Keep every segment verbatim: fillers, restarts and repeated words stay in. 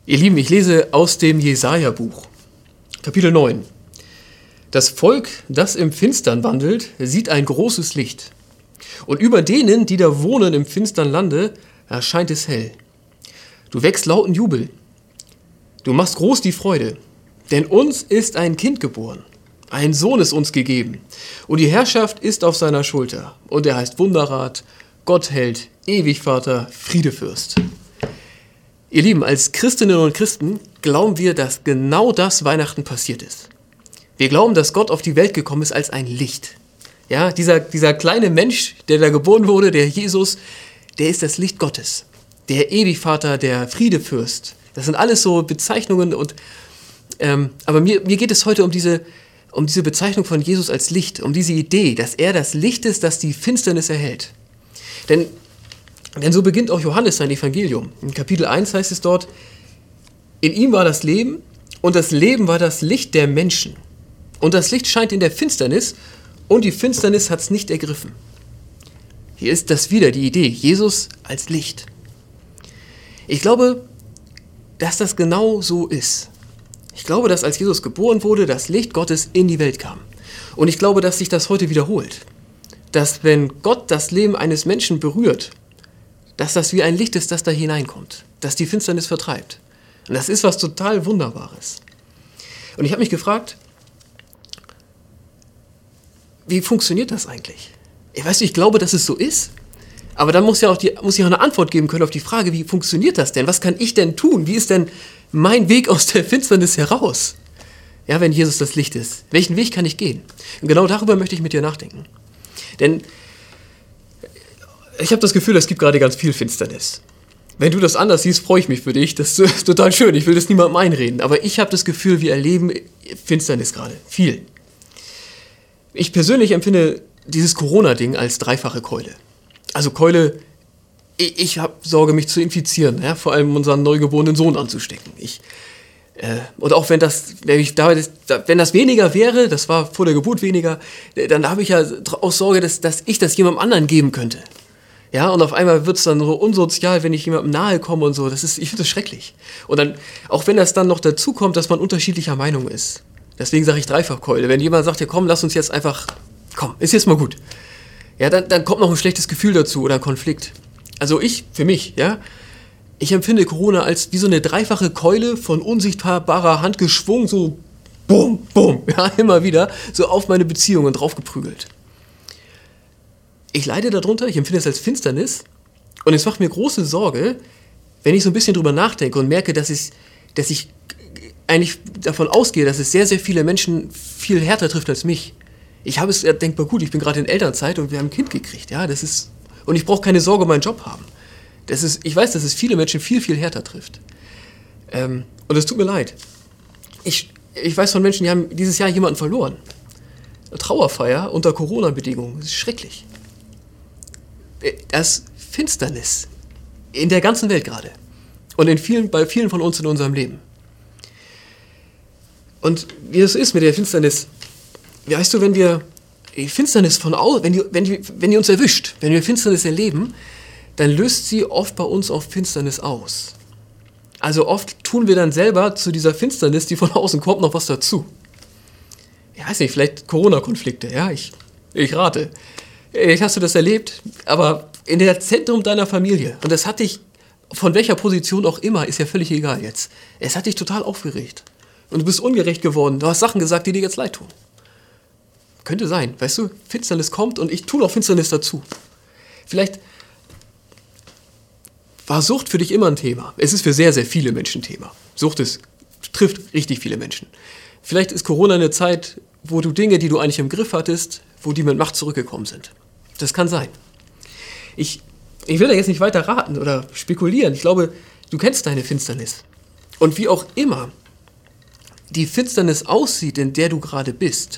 Ihr Lieben, ich lese aus dem Jesaja-Buch, Kapitel neun. Das Volk, das im Finstern wandelt, sieht ein großes Licht. Und über denen, die da wohnen im finstern Lande, erscheint es hell. Du wächst lauten Jubel. Du machst groß die Freude. Denn uns ist ein Kind geboren. Ein Sohn ist uns gegeben. Und die Herrschaft ist auf seiner Schulter. Und er heißt Wunderrat, Gottheld, Ewigvater, Friedefürst. Ihr Lieben, als Christinnen und Christen glauben wir, dass genau das Weihnachten passiert ist. Wir glauben, dass Gott auf die Welt gekommen ist als ein Licht. Ja, dieser, dieser kleine Mensch, der da geboren wurde, der Jesus, der ist das Licht Gottes. Der Ewigvater, der Friedefürst. Das sind alles so Bezeichnungen. Und, ähm, aber mir, mir geht es heute um diese, um diese Bezeichnung von Jesus als Licht, um diese Idee, dass er das Licht ist, das die Finsternis erhellt. Denn Denn so beginnt auch Johannes sein Evangelium. In Kapitel eins heißt es dort, in ihm war das Leben und das Leben war das Licht der Menschen. Und das Licht scheint in der Finsternis und die Finsternis hat es nicht ergriffen. Hier ist das wieder, die Idee, Jesus als Licht. Ich glaube, dass das genau so ist. Ich glaube, dass als Jesus geboren wurde, das Licht Gottes in die Welt kam. Und ich glaube, dass sich das heute wiederholt. Dass wenn Gott das Leben eines Menschen berührt, dass das wie ein Licht ist, das da hineinkommt, das die Finsternis vertreibt. Und das ist was total Wunderbares. Und ich habe mich gefragt, wie funktioniert das eigentlich? Ich weiß nicht, ich glaube, dass es so ist, aber dann muss ja auch die, muss ich auch eine Antwort geben können auf die Frage, wie funktioniert das denn? Was kann ich denn tun? Wie ist denn mein Weg aus der Finsternis heraus? Ja, wenn Jesus das Licht ist. Welchen Weg kann ich gehen? Und genau darüber möchte ich mit dir nachdenken. Denn ich habe das Gefühl, es gibt gerade ganz viel Finsternis. Wenn du das anders siehst, freue ich mich für dich. Das ist total schön. Ich will das niemandem einreden. Aber ich habe das Gefühl, wir erleben Finsternis gerade. Viel. Ich persönlich empfinde dieses Corona-Ding als dreifache Keule. Also Keule, ich, ich habe Sorge, mich zu infizieren. Ja, vor allem unseren neugeborenen Sohn anzustecken. Ich, äh, und auch wenn das, wenn, ich da, wenn das weniger wäre, das war vor der Geburt weniger, dann habe ich ja auch Sorge, dass, dass ich das jemandem anderen geben könnte. Ja, und auf einmal wird es dann so unsozial, wenn ich jemandem nahe komme und so. Das ist, ich finde das schrecklich. Und dann, auch wenn das dann noch dazu kommt, dass man unterschiedlicher Meinung ist. Deswegen sage ich Dreifachkeule. Wenn jemand sagt, ja komm, lass uns jetzt einfach, komm, ist jetzt mal gut. Ja, dann, dann kommt noch ein schlechtes Gefühl dazu oder ein Konflikt. Also ich, für mich, ja, ich empfinde Corona als wie so eine dreifache Keule von unsichtbarer Hand geschwungen, so bum, bum, ja, immer wieder, so auf meine Beziehungen draufgeprügelt. Ich leide darunter, ich empfinde es als Finsternis und es macht mir große Sorge, wenn ich so ein bisschen drüber nachdenke und merke, dass ich, dass ich eigentlich davon ausgehe, dass es sehr, sehr viele Menschen viel härter trifft als mich. Ich habe es ja denkbar gut, ich bin gerade in Elternzeit und wir haben ein Kind gekriegt, ja, das ist, und ich brauche keine Sorge um meinen Job haben. Das ist, ich weiß, dass es viele Menschen viel, viel härter trifft. Ähm, und es tut mir leid. Ich, ich weiß von Menschen, die haben dieses Jahr jemanden verloren. Eine Trauerfeier unter Corona-Bedingungen, das ist schrecklich. Das Finsternis in der ganzen Welt gerade und in vielen, bei vielen von uns in unserem Leben. Und wie es ist mit der Finsternis, weißt du, wenn wir die Finsternis von außen, wenn die, wenn die, wenn die uns erwischt, wenn wir Finsternis erleben, dann löst sie oft bei uns auf Finsternis aus. Also oft tun wir dann selber zu dieser Finsternis, die von außen kommt, noch was dazu. Ich weiß nicht, vielleicht Corona-Konflikte, ja, ich, ich rate. Vielleicht hast du das erlebt, aber in der Zentrum deiner Familie, und das hat dich, von welcher Position auch immer, ist ja völlig egal jetzt, es hat dich total aufgeregt. Und du bist ungerecht geworden, du hast Sachen gesagt, die dir jetzt leid tun. Könnte sein, weißt du, Finsternis kommt und ich tue noch Finsternis dazu. Vielleicht war Sucht für dich immer ein Thema. Es ist für sehr, sehr viele Menschen ein Thema. Sucht ist, trifft richtig viele Menschen. Vielleicht ist Corona eine Zeit, wo du Dinge, die du eigentlich im Griff hattest, wo die mit Macht zurückgekommen sind. Das kann sein. Ich, ich will da jetzt nicht weiter raten oder spekulieren. Ich glaube, du kennst deine Finsternis. Und wie auch immer die Finsternis aussieht, in der du gerade bist,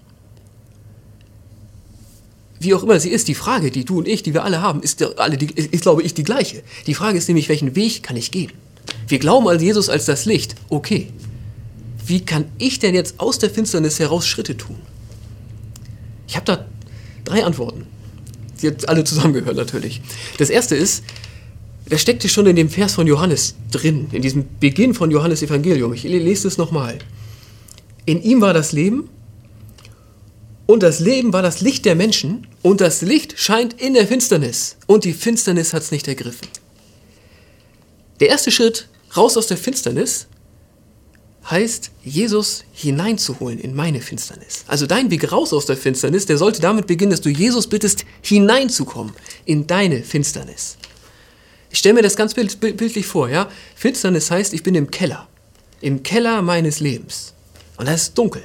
wie auch immer sie ist, die Frage, die du und ich, die wir alle haben, ist, alle die, ist, glaube ich, die gleiche. Die Frage ist nämlich, welchen Weg kann ich gehen? Wir glauben an Jesus als das Licht. Okay. Wie kann ich denn jetzt aus der Finsternis heraus Schritte tun? Ich habe da drei Antworten. Die jetzt alle zusammengehören natürlich. Das erste ist, das steckte schon in dem Vers von Johannes drin, in diesem Beginn von Johannes Evangelium. Ich lese es nochmal. In ihm war das Leben und das Leben war das Licht der Menschen und das Licht scheint in der Finsternis und die Finsternis hat es nicht ergriffen. Der erste Schritt raus aus der Finsternis heißt, Jesus hineinzuholen in meine Finsternis. Also dein Weg raus aus der Finsternis, der sollte damit beginnen, dass du Jesus bittest, hineinzukommen in deine Finsternis. Ich stelle mir das ganz bild, bildlich vor. Ja? Finsternis heißt, ich bin im Keller, im Keller meines Lebens. Und da ist dunkel.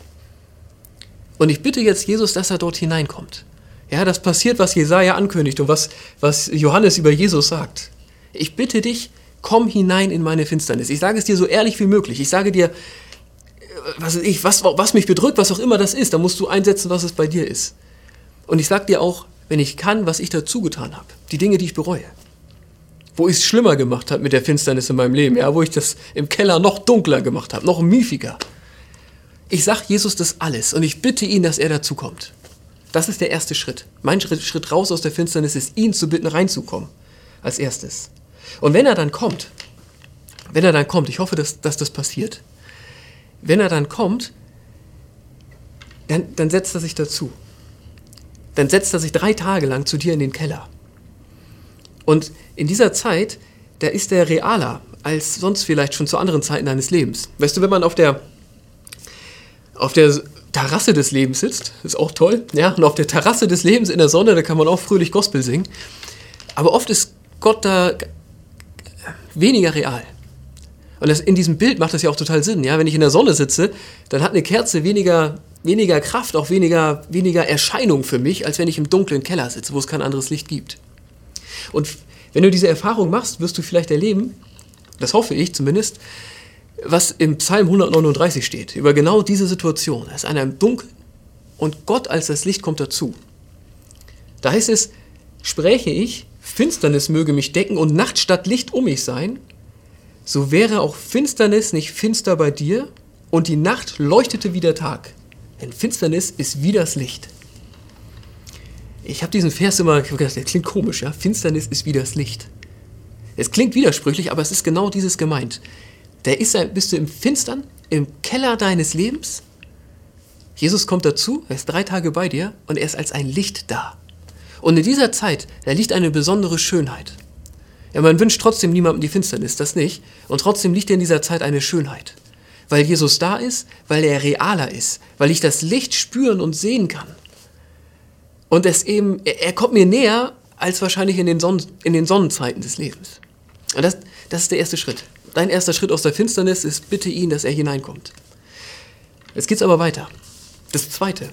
Und ich bitte jetzt Jesus, dass er dort hineinkommt. Ja, das passiert, was Jesaja ankündigt und was, was Johannes über Jesus sagt. Ich bitte dich, komm hinein in meine Finsternis. Ich sage es dir so ehrlich wie möglich. Ich sage dir, was, ich, was, was mich bedrückt, was auch immer das ist, da musst du einsetzen, was es bei dir ist. Und ich sage dir auch, wenn ich kann, was ich dazu getan habe. Die Dinge, die ich bereue. Wo ich es schlimmer gemacht habe mit der Finsternis in meinem Leben. Ja, wo ich das im Keller noch dunkler gemacht habe, noch miefiger. Ich sage Jesus das alles und ich bitte ihn, dass er dazu kommt. Das ist der erste Schritt. Mein Schritt, Schritt raus aus der Finsternis ist, ihn zu bitten, reinzukommen. Als erstes. Und wenn er dann kommt, wenn er dann kommt, ich hoffe, dass, dass das passiert, wenn er dann kommt, dann, dann setzt er sich dazu. Dann setzt er sich drei Tage lang zu dir in den Keller. Und in dieser Zeit, da ist er realer als sonst vielleicht schon zu anderen Zeiten deines Lebens. Weißt du, wenn man auf der, auf der Terrasse des Lebens sitzt, ist auch toll, ja, und auf der Terrasse des Lebens in der Sonne, da kann man auch fröhlich Gospel singen, aber oft ist Gott da weniger real. Und das, in diesem Bild macht das ja auch total Sinn. Ja? Wenn ich in der Sonne sitze, dann hat eine Kerze weniger, weniger Kraft, auch weniger, weniger Erscheinung für mich, als wenn ich im dunklen Keller sitze, wo es kein anderes Licht gibt. Und wenn du diese Erfahrung machst, wirst du vielleicht erleben, das hoffe ich zumindest, was im Psalm hundertneununddreißig steht, über genau diese Situation. Da ist einer im Dunkeln und Gott als das Licht kommt dazu. Da heißt es, spräche ich, Finsternis möge mich decken und Nacht statt Licht um mich sein, so wäre auch Finsternis nicht finster bei dir und die Nacht leuchtete wie der Tag. Denn Finsternis ist wie das Licht. Ich habe diesen Vers immer gedacht, der klingt komisch, ja? Finsternis ist wie das Licht. Es klingt widersprüchlich, aber es ist genau dieses gemeint. Da ist, bist du im Finstern, im Keller deines Lebens. Jesus kommt dazu, er ist drei Tage bei dir und er ist als ein Licht da. Und in dieser Zeit, da liegt eine besondere Schönheit. Ja, man wünscht trotzdem niemandem die Finsternis, das nicht. Und trotzdem liegt in dieser Zeit eine Schönheit. Weil Jesus da ist, weil er realer ist, weil ich das Licht spüren und sehen kann. Und es eben, er, er kommt mir näher, als wahrscheinlich in den, Sonnen, in den Sonnenzeiten des Lebens. Und das, das ist der erste Schritt. Dein erster Schritt aus der Finsternis ist, bitte ihn, dass er hineinkommt. Jetzt geht's aber weiter. Das zweite.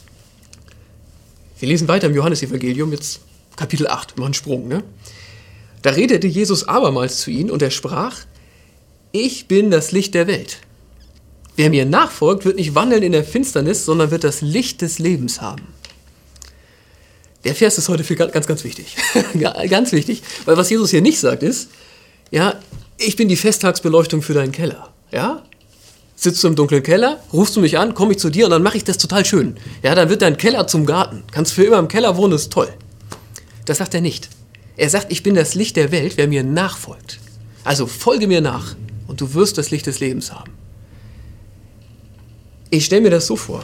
Wir lesen weiter im Johannesevangelium, jetzt Kapitel acht, mal einen Sprung, ne? Da redete Jesus abermals zu ihnen und er sprach, ich bin das Licht der Welt. Wer mir nachfolgt, wird nicht wandeln in der Finsternis, sondern wird das Licht des Lebens haben. Der Vers ist heute für ganz, ganz wichtig. Ganz wichtig, weil was Jesus hier nicht sagt ist, ja, ich bin die Festtagsbeleuchtung für deinen Keller, ja? Sitzt du im dunklen Keller, rufst du mich an, komme ich zu dir und dann mache ich das total schön. Ja, dann wird dein Keller zum Garten. Kannst für immer im Keller wohnen, ist toll. Das sagt er nicht. Er sagt, ich bin das Licht der Welt, wer mir nachfolgt. Also folge mir nach und du wirst das Licht des Lebens haben. Ich stelle mir das so vor.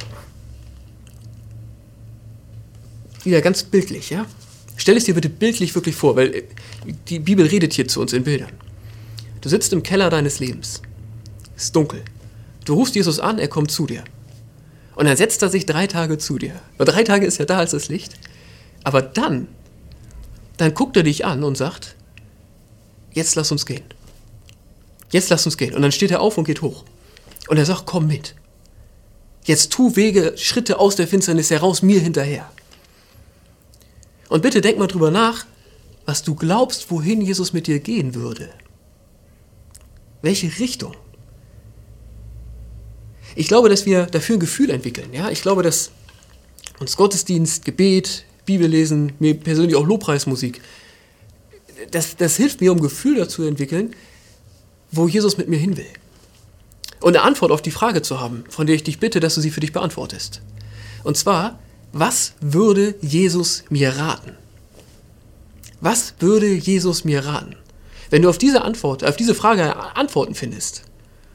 Wieder ganz bildlich, ja? Stell es dir bitte bildlich wirklich vor, weil die Bibel redet hier zu uns in Bildern. Du sitzt im Keller deines Lebens. Es ist dunkel. Du rufst Jesus an, er kommt zu dir. Und dann setzt er sich drei Tage zu dir. Weil drei Tage ist ja da als das Licht. Aber dann, dann guckt er dich an und sagt, jetzt lass uns gehen. Jetzt lass uns gehen. Und dann steht er auf und geht hoch. Und er sagt, komm mit. Jetzt tu Wege, Schritte aus der Finsternis heraus, mir hinterher. Und bitte denk mal drüber nach, was du glaubst, wohin Jesus mit dir gehen würde. Welche Richtung? Ich glaube, dass wir dafür ein Gefühl entwickeln. Ja? Ich glaube, dass uns Gottesdienst, Gebet, Bibellesen, mir persönlich auch Lobpreismusik, das, das hilft mir, um ein Gefühl dazu zu entwickeln, wo Jesus mit mir hin will. Und eine Antwort auf die Frage zu haben, von der ich dich bitte, dass du sie für dich beantwortest. Und zwar, was würde Jesus mir raten? Was würde Jesus mir raten? Wenn du auf diese Antwort, auf diese Frage Antworten findest,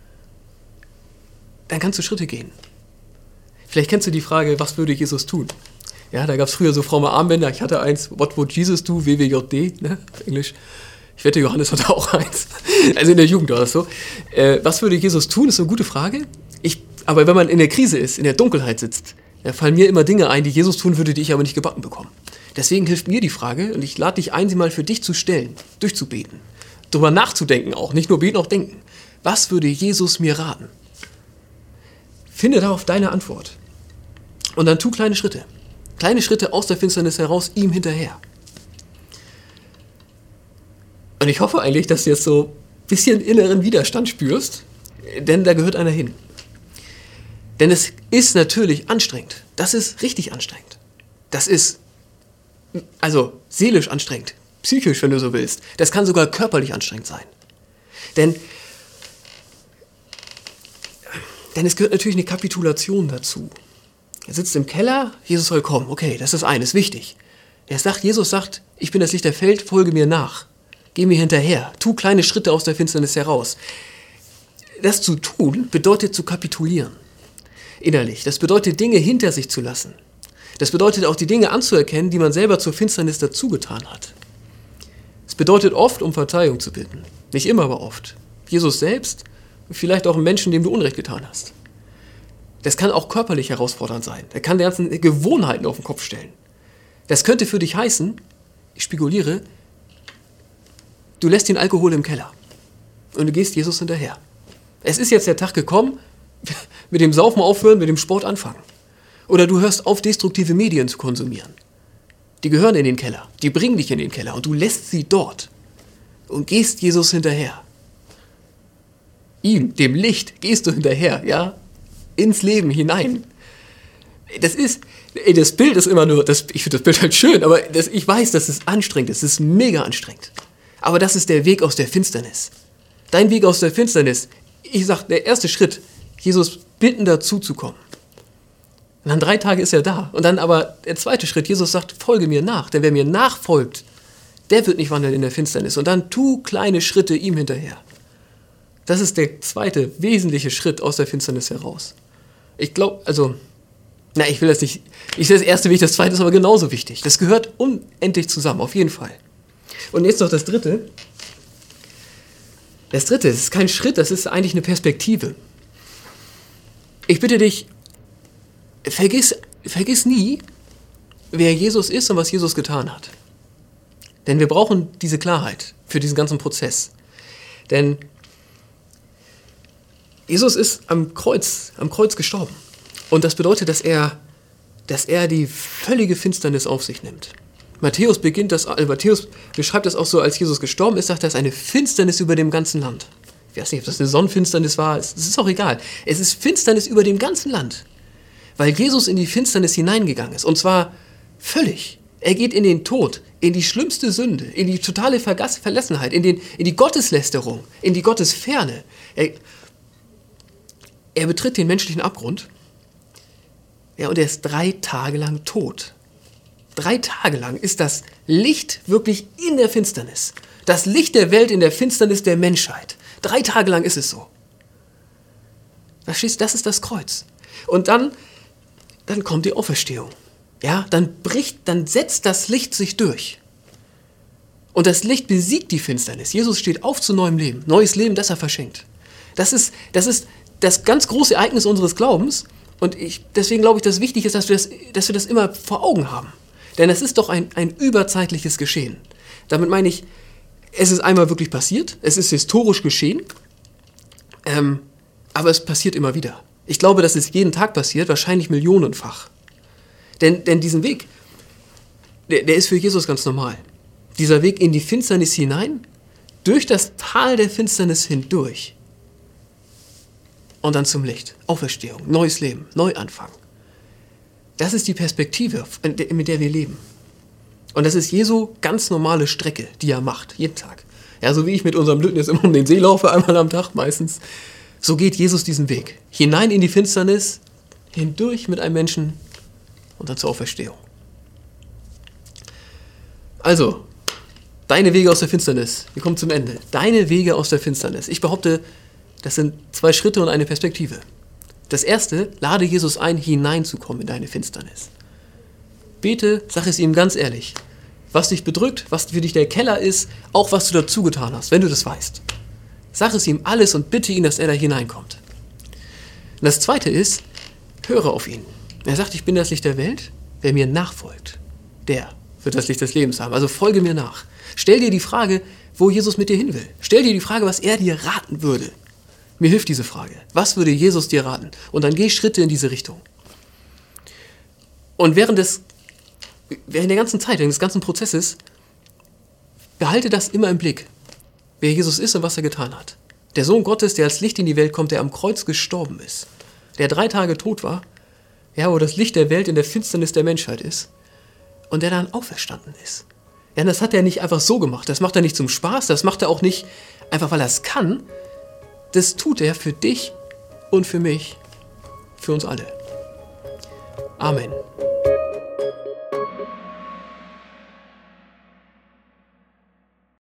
dann kannst du Schritte gehen. Vielleicht kennst du die Frage, was würde Jesus tun? Ja, da gab es früher so fromme Armbänder. Ich hatte eins, What would Jesus do? W W J D, ne, auf Englisch. Ich wette, Johannes hatte auch eins. Also in der Jugend war das so. Äh, was würde Jesus tun, ist so eine gute Frage. Ich, aber wenn man in der Krise ist, in der Dunkelheit sitzt, da fallen mir immer Dinge ein, die Jesus tun würde, die ich aber nicht gebacken bekomme. Deswegen hilft mir die Frage, und ich lade dich ein, sie mal für dich zu stellen, durchzubeten, darüber nachzudenken auch, nicht nur beten, auch denken. Was würde Jesus mir raten? Finde darauf deine Antwort. Und dann tu kleine Schritte. Kleine Schritte aus der Finsternis heraus, ihm hinterher. Und ich hoffe eigentlich, dass du jetzt so ein bisschen inneren Widerstand spürst, denn da gehört einer hin. Denn es ist natürlich anstrengend. Das ist richtig anstrengend. Das ist, also seelisch anstrengend, psychisch, wenn du so willst. Das kann sogar körperlich anstrengend sein. Denn, denn es gehört natürlich eine Kapitulation dazu. Er sitzt im Keller, Jesus soll kommen. Okay, das ist eines, wichtig. Er sagt, Jesus sagt, ich bin das Licht der Welt, folge mir nach. Geh mir hinterher, tu kleine Schritte aus der Finsternis heraus. Das zu tun bedeutet zu kapitulieren, innerlich. Das bedeutet, Dinge hinter sich zu lassen. Das bedeutet auch, die Dinge anzuerkennen, die man selber zur Finsternis dazugetan hat. Es bedeutet oft, um Verzeihung zu bitten. Nicht immer, aber oft. Jesus selbst, vielleicht auch einen Menschen, dem du Unrecht getan hast. Das kann auch körperlich herausfordernd sein. Er kann die ganzen Gewohnheiten auf den Kopf stellen. Das könnte für dich heißen, ich spekuliere, du lässt den Alkohol im Keller und du gehst Jesus hinterher. Es ist jetzt der Tag gekommen, mit dem Saufen aufhören, mit dem Sport anfangen. Oder du hörst auf, destruktive Medien zu konsumieren. Die gehören in den Keller, die bringen dich in den Keller und du lässt sie dort und gehst Jesus hinterher. Ihm, dem Licht, gehst du hinterher, ja? Ins Leben hinein. Das ist, das Bild ist immer nur, das, ich finde das Bild halt schön, aber das, ich weiß, dass es anstrengend ist, es ist mega anstrengend. Aber das ist der Weg aus der Finsternis. Dein Weg aus der Finsternis, ich sag, der erste Schritt, Jesus bitten dazu zu kommen. Und dann drei Tage ist er da. Und dann aber der zweite Schritt, Jesus sagt, folge mir nach. Denn wer mir nachfolgt, der wird nicht wandeln in der Finsternis. Und dann tu kleine Schritte ihm hinterher. Das ist der zweite wesentliche Schritt aus der Finsternis heraus. Ich glaube, also, na, ich will das nicht, ich sehe das erste wichtig, das zweite ist aber genauso wichtig. Das gehört unendlich zusammen, auf jeden Fall. Und jetzt noch das dritte. Das dritte, das ist kein Schritt, das ist eigentlich eine Perspektive. Ich bitte dich, vergiss, vergiss nie, wer Jesus ist und was Jesus getan hat. Denn wir brauchen diese Klarheit für diesen ganzen Prozess. Denn Jesus ist am Kreuz, am Kreuz gestorben. Und das bedeutet, dass er, dass er die völlige Finsternis auf sich nimmt. Matthäus beginnt das, äh, Matthäus beschreibt das auch so, als Jesus gestorben ist, sagt er, es ist eine Finsternis über dem ganzen Land. Ich weiß nicht, ob das eine Sonnenfinsternis war, es ist auch egal. Es ist Finsternis über dem ganzen Land, weil Jesus in die Finsternis hineingegangen ist. Und zwar völlig. Er geht in den Tod, in die schlimmste Sünde, in die totale Vergass- Verlassenheit, in, den, in die Gotteslästerung, in die Gottesferne. Er, er betritt den menschlichen Abgrund. Ja, und er ist drei Tage lang tot. Drei Tage lang ist das Licht wirklich in der Finsternis. Das Licht der Welt in der Finsternis der Menschheit. Drei Tage lang ist es so. Verstehst du? Das ist das Kreuz. Und dann, dann kommt die Auferstehung. Ja, dann bricht, dann setzt das Licht sich durch. Und das Licht besiegt die Finsternis. Jesus steht auf zu neuem Leben. Neues Leben, das er verschenkt. Das ist, das ist das ganz große Ereignis unseres Glaubens. Und ich, deswegen glaube ich, dass es wichtig ist, dass wir das, dass wir das immer vor Augen haben. Denn es ist doch ein, ein überzeitliches Geschehen. Damit meine ich, es ist einmal wirklich passiert, es ist historisch geschehen, ähm, aber es passiert immer wieder. Ich glaube, dass es jeden Tag passiert, wahrscheinlich millionenfach. Denn, denn diesen Weg, der, der ist für Jesus ganz normal. Dieser Weg in die Finsternis hinein, durch das Tal der Finsternis hindurch und dann zum Licht, Auferstehung, neues Leben, Neuanfang. Das ist die Perspektive, mit der wir leben. Und das ist Jesu ganz normale Strecke, die er macht, jeden Tag. Ja, so wie ich mit unserem Lütten jetzt immer um den See laufe, einmal am Tag meistens. So geht Jesus diesen Weg. Hinein in die Finsternis, hindurch mit einem Menschen und dann zur Auferstehung. Also, Deine Wege aus der Finsternis. Wir kommen zum Ende. Deine Wege aus der Finsternis. Ich behaupte, das sind zwei Schritte und eine Perspektive. Das erste, lade Jesus ein, hineinzukommen in deine Finsternis. Bete, sag es ihm ganz ehrlich. Was dich bedrückt, was für dich der Keller ist, auch was du dazu getan hast, wenn du das weißt. Sag es ihm alles und bitte ihn, dass er da hineinkommt. Und das zweite ist, höre auf ihn. Er sagt, ich bin das Licht der Welt. Wer mir nachfolgt, der wird das Licht des Lebens haben. Also folge mir nach. Stell dir die Frage, wo Jesus mit dir hin will. Stell dir die Frage, was er dir raten würde. Mir hilft diese Frage. Was würde Jesus dir raten? Und dann geh Schritte in diese Richtung. Und während des, während der ganzen Zeit, während des ganzen Prozesses, behalte das immer im Blick, wer Jesus ist und was er getan hat. Der Sohn Gottes, der als Licht in die Welt kommt, der am Kreuz gestorben ist, der drei Tage tot war, ja, wo das Licht der Welt in der Finsternis der Menschheit ist und der dann auferstanden ist. Ja, das hat er nicht einfach so gemacht, das macht er nicht zum Spaß, das macht er auch nicht einfach, weil er es kann. Das tut er für dich und für mich, für uns alle. Amen.